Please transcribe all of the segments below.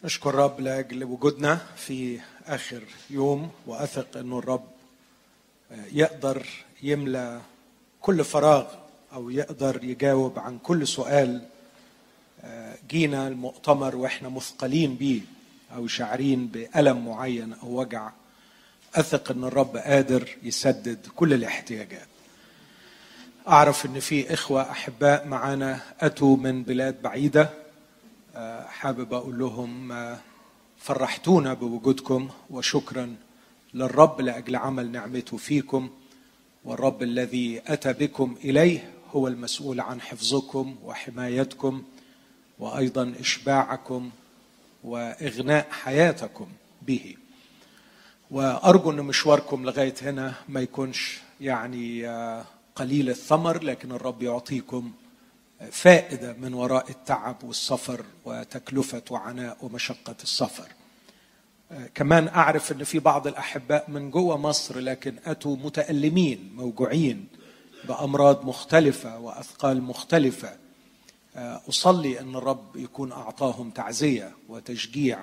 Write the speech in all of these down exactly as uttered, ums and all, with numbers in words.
نشكر الرب لأجل وجودنا في آخر يوم، وأثق أنه الرب يقدر يملأ كل فراغ أو يقدر يجاوب عن كل سؤال جينا المؤتمر وإحنا مثقلين بيه أو شاعرين بألم معين أو وجع. أثق أن الرب قادر يسدد كل الاحتياجات. أعرف أن في إخوة أحباء معانا أتوا من بلاد بعيدة، حابب أقول لهم فرحتونا بوجودكم، وشكرا للرب لأجل عمل نعمته فيكم. والرب الذي أتى بكم إليه هو المسؤول عن حفظكم وحمايتكم وأيضا إشباعكم وإغناء حياتكم به. وأرجو أن مشواركم لغاية هنا ما يكونش يعني قليل الثمر، لكن الرب يعطيكم فائدة من وراء التعب والسفر وتكلفة وعناء ومشقة السفر. كمان أعرف أن في بعض الأحباء من جوه مصر لكن أتوا متألمين موجوعين بأمراض مختلفة وأثقال مختلفة. أصلي أن الرب يكون أعطاهم تعزية وتشجيع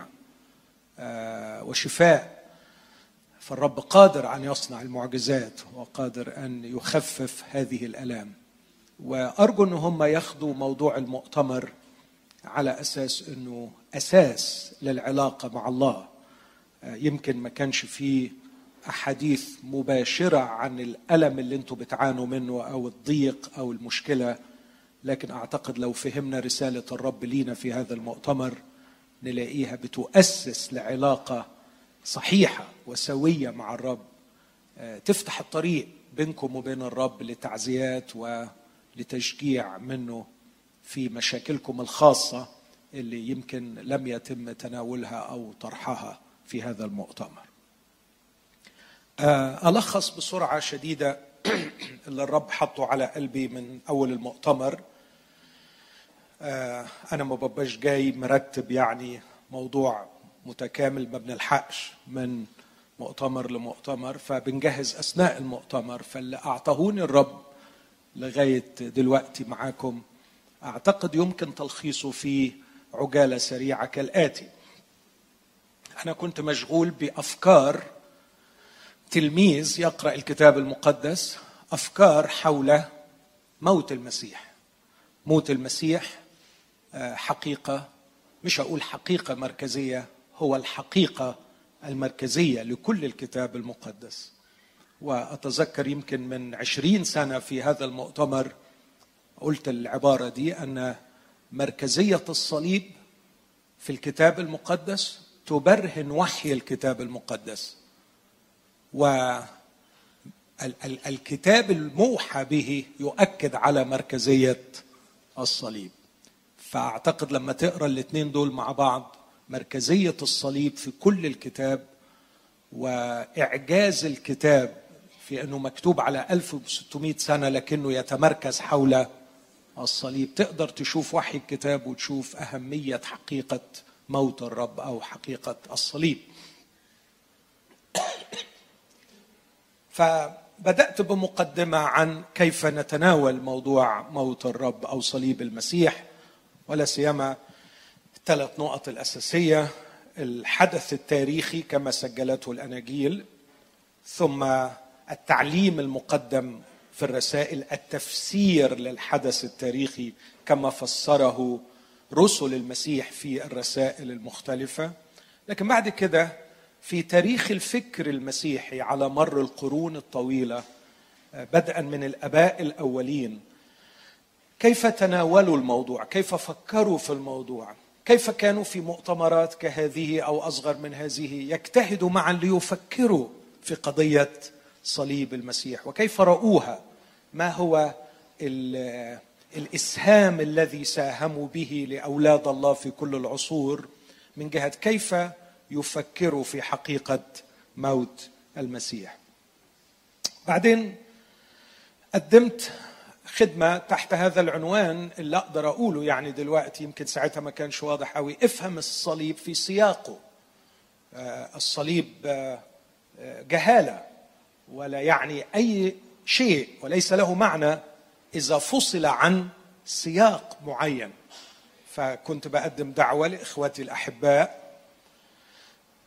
وشفاء، فالرب قادر أن يصنع المعجزات وقادر أن يخفف هذه الآلام. وأرجو أن هم ياخدوا موضوع المؤتمر على أساس أنه أساس للعلاقة مع الله. يمكن ما كانش فيه أحاديث مباشرة عن الألم اللي انتوا بتعانوا منه أو الضيق أو المشكلة، لكن أعتقد لو فهمنا رسالة الرب لينا في هذا المؤتمر نلاقيها بتؤسس لعلاقة صحيحة وسوية مع الرب، تفتح الطريق بينكم وبين الرب لتعزيات ولتشجيع منه في مشاكلكم الخاصة اللي يمكن لم يتم تناولها أو طرحها في هذا المؤتمر. ألخص بسرعة شديدة اللي الرب حطه على قلبي من أول المؤتمر. أنا ما ببقاش جاي مرتب يعني موضوع متكامل، ما بنلحقش من مؤتمر لمؤتمر، فبنجهز أثناء المؤتمر. فاللي أعطاهوني الرب لغاية دلوقتي معاكم أعتقد يمكن تلخيصه في عجالة سريعة كالآتي. أنا كنت مشغول بأفكار تلميذ يقرأ الكتاب المقدس، أفكار حول موت المسيح. موت المسيح حقيقة، مش أقول حقيقة مركزية، هو الحقيقة المركزية لكل الكتاب المقدس. وأتذكر يمكن من عشرين سنة في هذا المؤتمر قلت العبارة دي، أن مركزية الصليب في الكتاب المقدس تبرهن وحي الكتاب المقدس، والكتاب الموحى به يؤكد على مركزية الصليب. فأعتقد لما تقرأ الاثنين دول مع بعض، مركزية الصليب في كل الكتاب وإعجاز الكتاب في أنه مكتوب على ألف وستمائة سنة لكنه يتمركز حول الصليب، تقدر تشوف وحي الكتاب وتشوف أهمية حقيقة موت الرب أو حقيقة الصليب. فبدأت بمقدمة عن كيف نتناول موضوع موت الرب أو صليب المسيح، ولا سيما الثلاث نقط الأساسية: الحدث التاريخي كما سجلته الأناجيل، ثم التعليم المقدم في الرسائل، التفسير للحدث التاريخي كما فسره رسل المسيح في الرسائل المختلفة، لكن بعد كده في تاريخ الفكر المسيحي على مر القرون الطويلة بدءا من الآباء الأولين، كيف تناولوا الموضوع، كيف فكروا في الموضوع، كيف كانوا في مؤتمرات كهذه أو أصغر من هذه يجتهدوا معا ليفكروا في قضية صليب المسيح، وكيف رأوها، ما هو الإسهام الذي ساهموا به لأولاد الله في كل العصور من جهة كيف يفكروا في حقيقة موت المسيح. بعدين قدمت خدمة تحت هذا العنوان اللي أقدر أقوله يعني دلوقتي، يمكن ساعتها ما كانش واضح أوي: افهم الصليب في سياقه. الصليب جهالة ولا يعني أي شيء، وليس له معنى إذا فصل عن سياق معين. فكنت بقدم دعوة لإخوتي الأحباء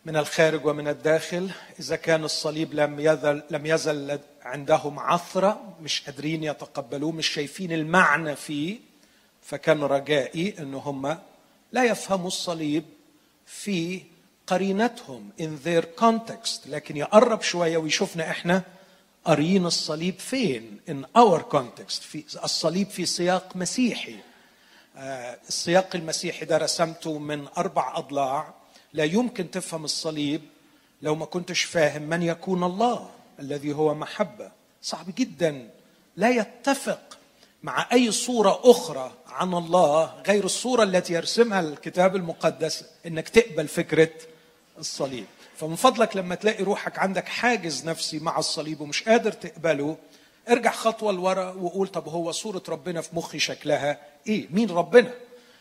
من الخارج ومن الداخل. إذا كان الصليب لم يزل لم يزل عندهم عثرة، مش قادرين يتقبلوه، مش شايفين المعنى فيه، فكان رجائي إن هم لا يفهموا الصليب في قرينتهم in their context، لكن يقرب شوية ويشوفنا إحنا قارين الصليب فين in our context، في الصليب في سياق مسيحي. آه السياق المسيحي ده رسمته من أربع أضلاع. لا يمكن تفهم الصليب لو ما كنتش فاهم من يكون الله الذي هو محبة. صعب جدا، لا يتفق مع أي صورة أخرى عن الله غير الصورة التي يرسمها الكتاب المقدس إنك تقبل فكرة الصليب. فمن فضلك لما تلاقي روحك عندك حاجز نفسي مع الصليب ومش قادر تقبله، ارجع خطوة لورا وقول طب هو صورة ربنا في مخي شكلها إيه؟ مين ربنا؟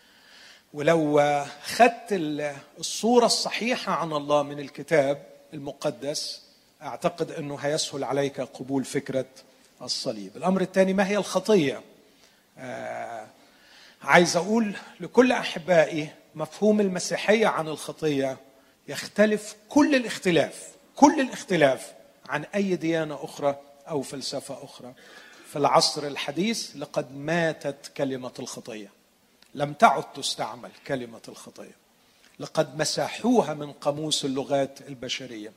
ولو خدت الصورة الصحيحة عن الله من الكتاب المقدس، أعتقد أنه هيسهل عليك قبول فكرة الصليب. الأمر الثاني، ما هي الخطية؟ آه عايز أقول لكل أحبائي مفهوم المسيحية عن الخطية يختلف كل الاختلاف كل الاختلاف عن أي ديانة أخرى أو فلسفة أخرى. في العصر الحديث لقد ماتت كلمة الخطية، لم تعد تستعمل كلمة الخطية، لقد مسحوها من قاموس اللغات البشرية.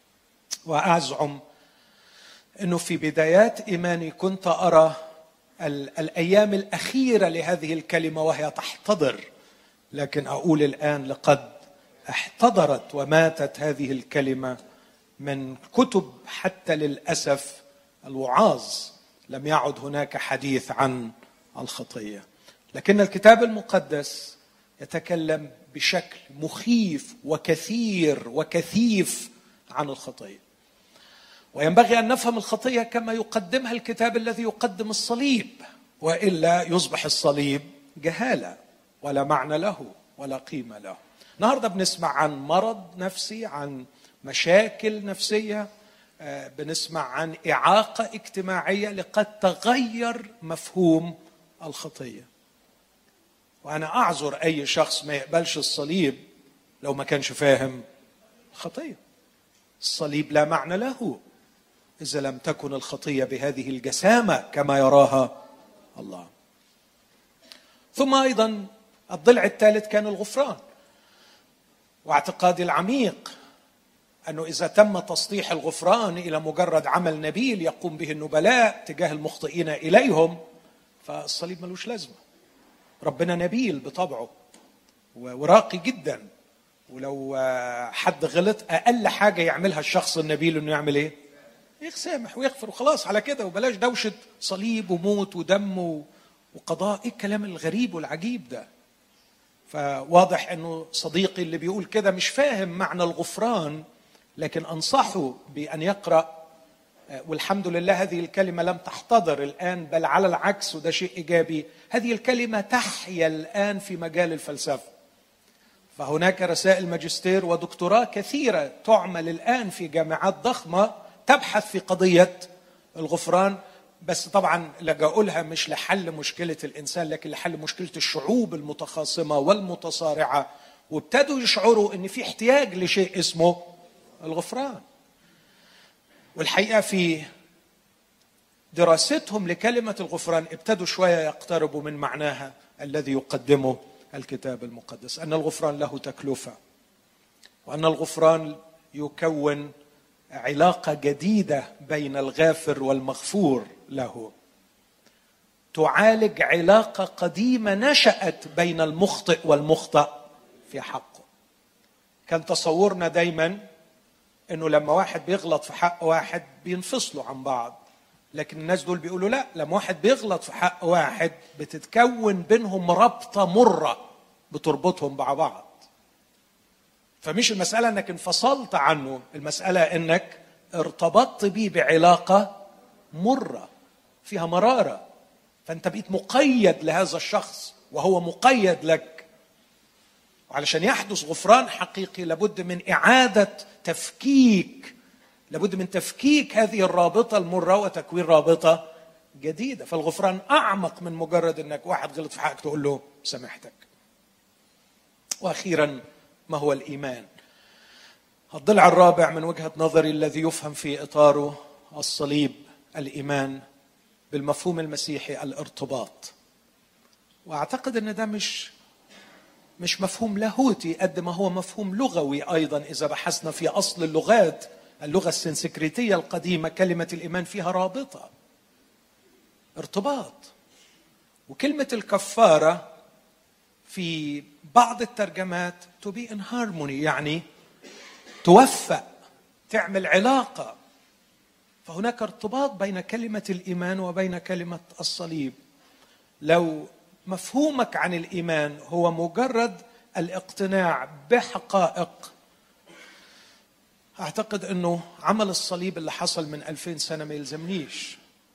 وأزعم أنه في بدايات إيماني كنت أرى الأيام الأخيرة لهذه الكلمة وهي تحتضر، لكن أقول الآن لقد احتضرت وماتت هذه الكلمة من كتب، حتى للأسف الوعاظ لم يعد هناك حديث عن الخطية. لكن الكتاب المقدس يتكلم بشكل مخيف وكثير وكثيف عن الخطية، وينبغي أن نفهم الخطية كما يقدمها الكتاب الذي يقدم الصليب، وإلا يصبح الصليب جهالة ولا معنى له ولا قيمة له. النهاردة بنسمع عن مرض نفسي، عن مشاكل نفسية، بنسمع عن إعاقة اجتماعية، لقد تغير مفهوم الخطية. وأنا أعذر أي شخص ما يقبلش الصليب لو ما كانش فاهم الخطية. الصليب لا معنى له إذا لم تكن الخطية بهذه الجسامة كما يراها الله. ثم أيضا الضلع الثالث كان الغفران، واعتقادي العميق أنه إذا تم تسطيح الغفران إلى مجرد عمل نبيل يقوم به النبلاء تجاه المخطئين إليهم، فالصليب ملوش لازمة. ربنا نبيل بطبعه وراقي جدا، ولو حد غلط أقل حاجة يعملها الشخص النبيل إنه يعمل إيه؟ يسامح ويغفر وخلاص على كده، وبلاش دوشة صليب وموت ودم وقضاء. إيه الكلام الغريب والعجيب ده؟ فواضح إنه صديقي اللي بيقول كده مش فاهم معنى الغفران، لكن أنصحه بأن يقرأ. والحمد لله هذه الكلمة لم تحتضر الآن، بل على العكس، وده شيء إيجابي، هذه الكلمة تحيا الآن في مجال الفلسفة. فهناك رسائل ماجستير ودكتوراه كثيرة تعمل الآن في جامعات ضخمة تبحث في قضية الغفران، بس طبعا لجأ لها مش لحل مشكلة الإنسان، لكن لحل مشكلة الشعوب المتخاصمة والمتصارعة، وابتدوا يشعروا أن في احتياج لشيء اسمه الغفران. والحقيقة في دراستهم لكلمة الغفران ابتدوا شوية يقتربوا من معناها الذي يقدمه الكتاب المقدس، أن الغفران له تكلفة، وأن الغفران يكون علاقة جديدة بين الغافر والمغفور له، تعالج علاقة قديمة نشأت بين المخطئ والمخطئ في حقه. كان تصورنا دايما أنه لما واحد بيغلط في حق واحد بينفصلوا عن بعض، لكن الناس دول بيقولوا لا، لما واحد بيغلط في حق واحد بتتكون بينهم رابطة مرة بتربطهم مع بعض. فمش المسألة أنك انفصلت عنه، المسألة أنك ارتبطت بيه بعلاقة مرة فيها مرارة، فأنت بقيت مقيد لهذا الشخص وهو مقيد لك. وعلشان يحدث غفران حقيقي لابد من إعادة تفكيك، لابد من تفكيك هذه الرابطة المرة وتكوين رابطة جديدة. فالغفران أعمق من مجرد أنك واحد غلط في حقك تقول له سامحتك. وأخيرا، ما هو الإيمان؟ الضلع الرابع من وجهة نظري الذي يفهم في إطاره الصليب الإيمان بالمفهوم المسيحي الارتباط. وأعتقد أن ده مش مش مفهوم لاهوتي قد ما هو مفهوم لغوي أيضا. إذا بحثنا في أصل اللغات، اللغة السنسكريتية القديمة كلمة الإيمان فيها رابطة، ارتباط. وكلمة الكفارة في بعض الترجمات to be in harmony، يعني توفق، تعمل علاقة. فهناك ارتباط بين كلمة الإيمان وبين كلمة الصليب. لو مفهومك عن الإيمان هو مجرد الاقتناع بحقائق، أعتقد أنه عمل الصليب اللي حصل من ألفين سنة ما يلزمنيش.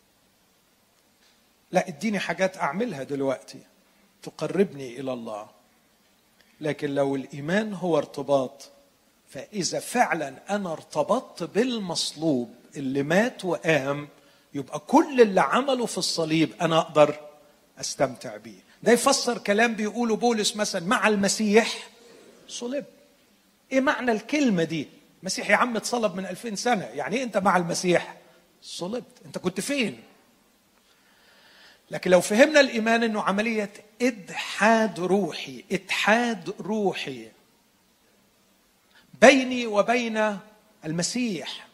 لا، اديني حاجات أعملها دلوقتي تقربني إلى الله. لكن لو الإيمان هو ارتباط، فإذا فعلا أنا ارتبطت بالمصلوب اللي مات وقام، يبقى كل اللي عمله في الصليب أنا أقدر أستمتع بيه. ده يفسر كلام بيقوله بولس مثلا: مع المسيح صلب. إيه معنى الكلمة دي؟ المسيح يا عم اتصلب من ألفين سنة، يعني إيه أنت مع المسيح صلبت؟ أنت كنت فين؟ لكن لو فهمنا الإيمان أنه عملية إدحاد روحي، إتحاد روحي بيني وبين المسيح،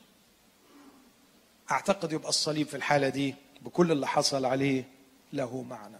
أعتقد يبقى الصليب في الحالة دي بكل اللي حصل عليه له معنى.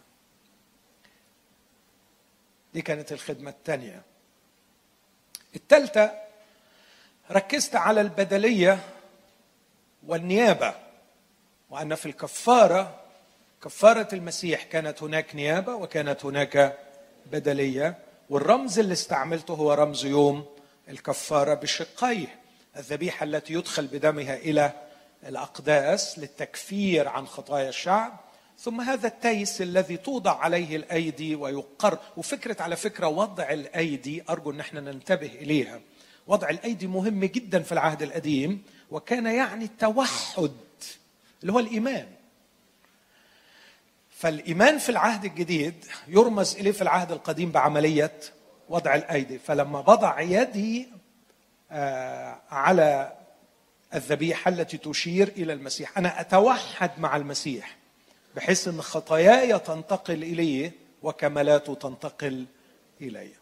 دي كانت الخدمة الثانية. الثالثة ركزت على البدلية والنيابة، وأن في الكفارة، كفارة المسيح، كانت هناك نيابة وكانت هناك بدلية. والرمز اللي استعملته هو رمز يوم الكفارة بشقيه: الذبيحة التي يدخل بدمها إلى الأقداس للتكفير عن خطايا الشعب، ثم هذا التيس الذي توضع عليه الأيدي ويقر. وفكرة على فكرة وضع الأيدي أرجو أن احنا ننتبه إليها. وضع الأيدي مهم جدا في العهد القديم، وكان يعني التوحد اللي هو الإيمان. فالإيمان في العهد الجديد يرمز إليه في العهد القديم بعملية وضع الأيدي. فلما بضع يدي على الذبيحة التي تشير إلى المسيح، أنا أتوحد مع المسيح بحيث أن خطاياي تنتقل إليه وكمالاته تنتقل إليه.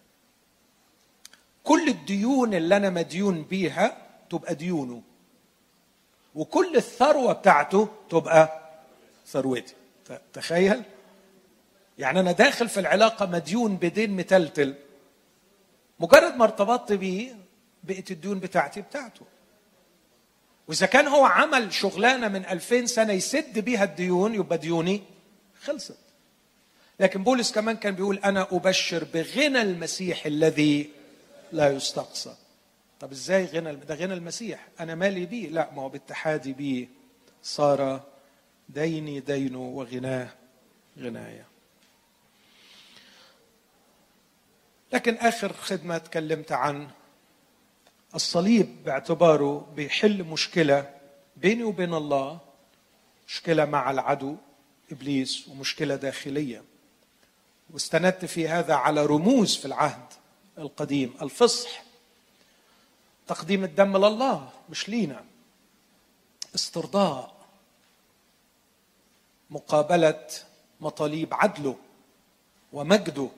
كل الديون اللي أنا مديون بيها تبقى ديونه، وكل الثروة بتاعته تبقى ثروتي. تخيل، يعني أنا داخل في العلاقة مديون بدين متلتل، مجرد ما ارتبطت بيه بقت الديون بتاعتي بتاعته. وإذا كان هو عمل شغلانة من ألفين سنة يسد بيها الديون، يبقى ديوني خلصت. لكن بولس كمان كان بيقول: أنا أبشر بغنى المسيح الذي لا يستقصى. طب إزاي غنى؟ ده غنى المسيح، أنا مالي بيه؟ لا، ما هو باتحادي بيه صار ديني دينه وغناه غنايا. لكن آخر خدمة تكلمت عن الصليب باعتباره بيحل مشكلة بيني وبين الله، مشكلة مع العدو إبليس ومشكلة داخلية. واستندت في هذا على رموز في العهد القديم: الفصح، تقديم الدم لله مش لينا، استرضاء، مقابلة مطالب عدله ومجده.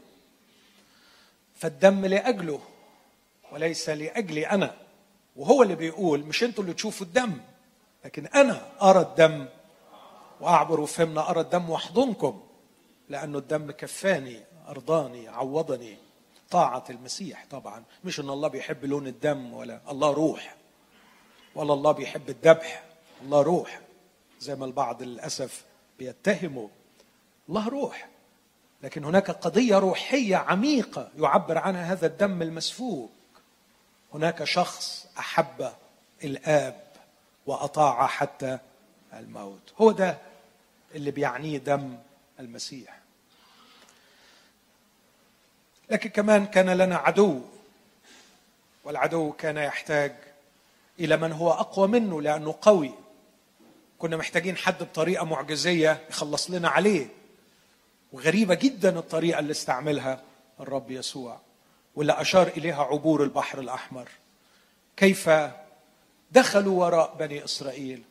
فالدم لأجله وليس لأجلي أنا. وهو اللي بيقول: مش أنتوا اللي تشوفوا الدم، لكن أنا أرى الدم وأعبر. وفهمنا أرى الدم وأحضنكم، لأنه الدم كفاني، أرضاني، عوضني. طاعة المسيح طبعا، مش أن الله بيحب لون الدم، ولا الله روح، ولا الله بيحب الذبح. الله روح، زي ما البعض للأسف بيتهموا. الله روح، لكن هناك قضية روحية عميقة يعبر عنها هذا الدم المسفوك. هناك شخص أحب الآب وأطاع حتى الموت. هو ده اللي بيعنيه دم المسيح. لكن كمان كان لنا عدو، والعدو كان يحتاج إلى من هو أقوى منه لأنه قوي. كنا محتاجين حد بطريقة معجزية يخلص لنا عليه. وغريبة جدا الطريقة اللي استعملها الرب يسوع، واللي أشار إليها عبور البحر الأحمر. كيف دخلوا وراء بني إسرائيل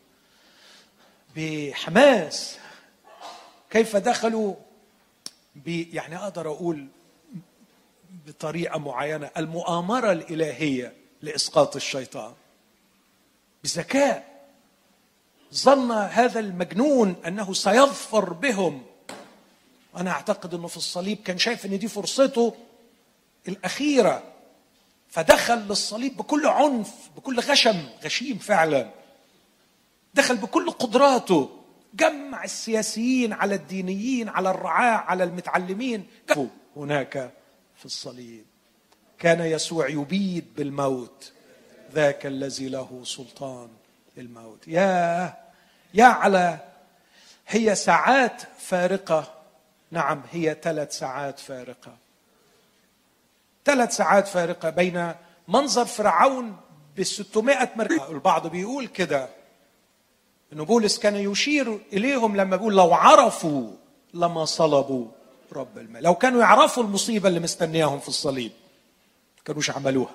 بحماس، كيف دخلوا ب يعني أقدر أقول بطريقة معينة المؤامرة الإلهية لإسقاط الشيطان بذكاء. ظن هذا المجنون أنه سيظفر بهم. أنا أعتقد أنه في الصليب كان شايف أن دي فرصته الأخيرة، فدخل للصليب بكل عنف، بكل غشم، غشيم فعلا، دخل بكل قدراته، جمع السياسيين على الدينيين على الرعاة على المتعلمين هناك في الصليب. كان يسوع يبيد بالموت ذاك الذي له سلطان الموت. يا يا على هي ساعات فارقة. نعم، هي ثلاث ساعات فارقة، ثلاث ساعات فارقة بين منظر فرعون بستمائة مركبة. البعض بيقول كده إنه بولس كان يشير إليهم لما بيقول لو عرفوا لما صلبوا رب الماء. لو كانوا يعرفوا المصيبة اللي مستنياهم في الصليب كانوش عملوها.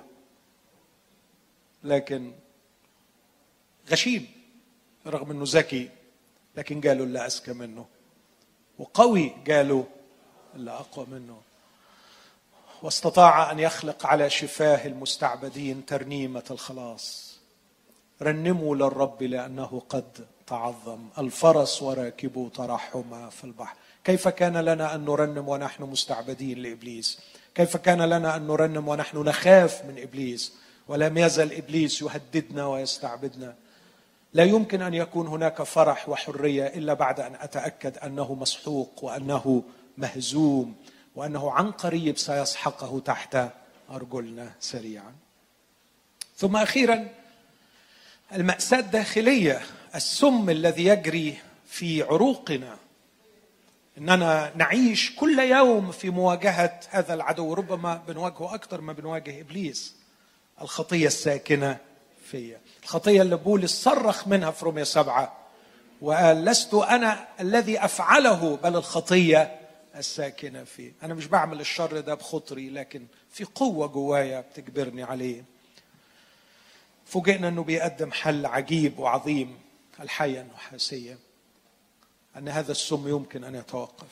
لكن غشيم رغم إنه ذكي، لكن قالوا اللي أذكى منه، وقوي قالوا اللي أقوى منه. واستطاع أن يخلق على شفاه المستعبدين ترنيمة الخلاص. رنموا للرب لأنه قد تعظم، الفرس وراكبه ترحما في البحر. كيف كان لنا أن نرنم ونحن مستعبدين لإبليس؟ كيف كان لنا أن نرنم ونحن نخاف من إبليس ولم يزل إبليس يهددنا ويستعبدنا؟ لا يمكن أن يكون هناك فرح وحرية إلا بعد أن أتأكد أنه مسحوق وأنه مهزوم وأنه عن قريب سيسحقه تحت أرجلنا سريعا. ثم أخيرا المأساة الداخلية، السم الذي يجري في عروقنا، إننا نعيش كل يوم في مواجهة هذا العدو. ربما بنواجهه أكثر ما بنواجه إبليس. الخطية الساكنة فيا، الخطية اللي بولس صرخ منها في رومية سبعة وقال لست أنا الذي أفعله بل الخطية الساكنة فيه. أنا مش بعمل الشر ده بخطري، لكن في قوة جوايا بتجبرني عليه. فوجئنا أنه بيقدم حل عجيب وعظيم، الحية النحاسية، أن هذا السم يمكن أن يتوقف.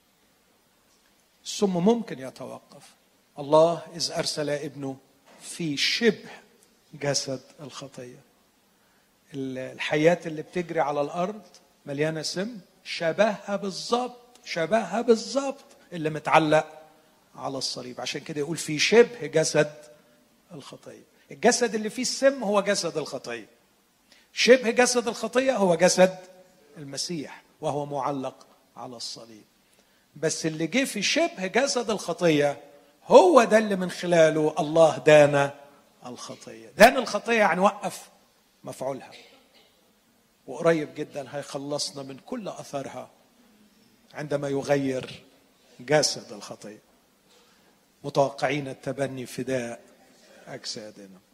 السم ممكن يتوقف. الله إذ أرسل ابنه في شبه جسد الخطية. الحياة اللي بتجري على الأرض مليانة سم، شبهها بالضبط شبهها بالضبط اللي متعلق على الصليب. عشان كده يقول في شبه جسد الخطية. الجسد اللي فيه السم هو جسد الخطية، شبه جسد الخطية هو جسد المسيح وهو معلق على الصليب. بس اللي جه في شبه جسد الخطية هو ده اللي من خلاله الله دان الخطية. دان الخطية يعني وقف مفعولها، وقريب جدا هيخلصنا من كل أثرها عندما يغير جسد الخطية، متوقعين التبني فداء أجسادنا.